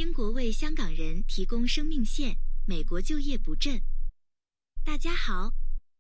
英国为香港人提供生命线，美国就业不振。大家好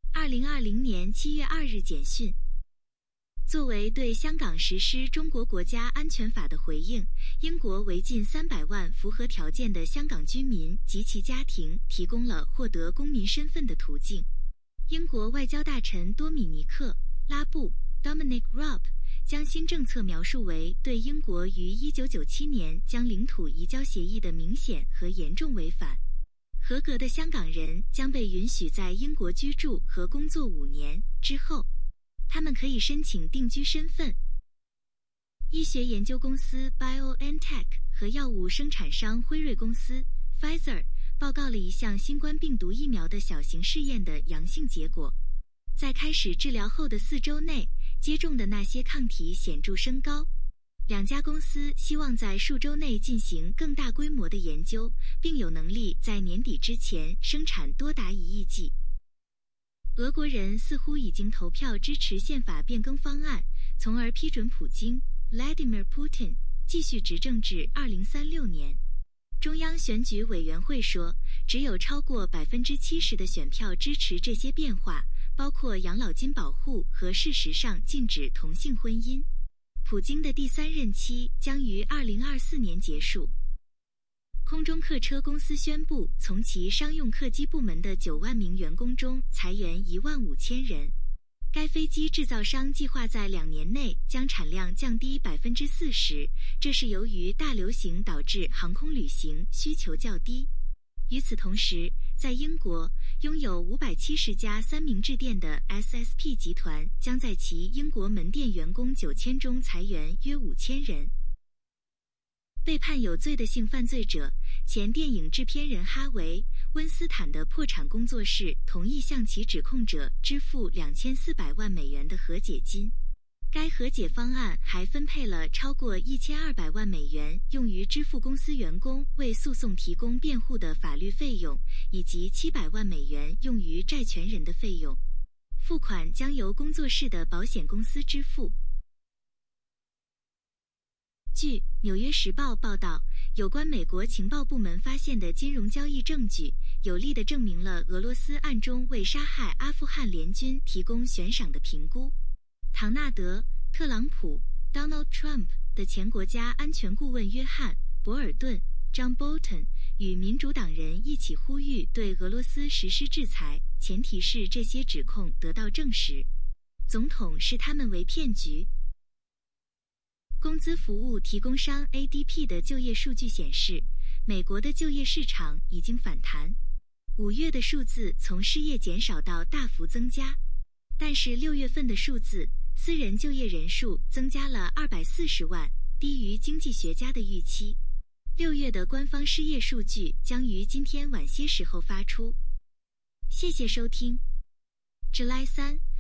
，2020年7月2日简讯。作为对香港实施中国国家安全法的回应，英国为近300万符合条件的香港居民及其家庭提供了获得公民身份的途径。英国外交大臣多米尼克·拉布 （Dominic Raab） 将新政策描述为对英国于1997年将领土移交协议的明显和严重违反。合格的香港人将被允许在英国居住和工作5年之后，他们可以申请定居身份。医学研究公司 BioNTech 和药物生产商辉瑞公司 Pfizer 报告了一项新冠病毒疫苗的小型试验的阳性结果。在开始治疗后的4周内，接种的那些抗体显著升高。两家公司希望在数周内进行更大规模的研究，并有能力在年底之前生产多达1亿剂。俄国人似乎已经投票支持宪法变更方案，从而批准普京 Vladimir Putin 继续执政至2036年。中央选举委员会说，只有超过70%的选票支持这些变化，包括养老金保护和事实上禁止同性婚姻。普京的第3任期将于2024年结束。空中客车公司宣布，从其商用客机部门的9万名员工中裁员15000人。该飞机制造商计划在2年内将产量降低40%，这是由于大流行导致航空旅行需求较低。与此同时，在英国，拥有570家三明治店的 SSP 集团将在其英国门店员工9000中裁员约5000人。被判有罪的性犯罪者，前电影制片人哈维·温斯坦的破产工作室同意向其指控者支付2400万美元的和解金。该和解方案还分配了超过1200万美元用于支付公司员工为诉讼提供辩护的法律费用，以及700万美元用于债权人的费用。付款将由工作室的保险公司支付。据《纽约时报》报道，有关美国情报部门发现的金融交易证据，有力地证明了俄罗斯暗中为杀害阿富汗联军提供悬赏的评估。唐纳德·特朗普 （Donald Trump） 的前国家安全顾问约翰·博尔顿 （John Bolton） 与民主党人一起呼吁对俄罗斯实施制裁，前提是这些指控得到证实。总统视他们为骗局。工资服务提供商 ADP 的就业数据显示，美国的就业市场已经反弹。5月的数字从失业减少到大幅增加，但是6月份的数字，私人就业人数增加了240万，低于经济学家的预期。6月的官方失业数据将于今天晚些时候发出。谢谢收听。July 3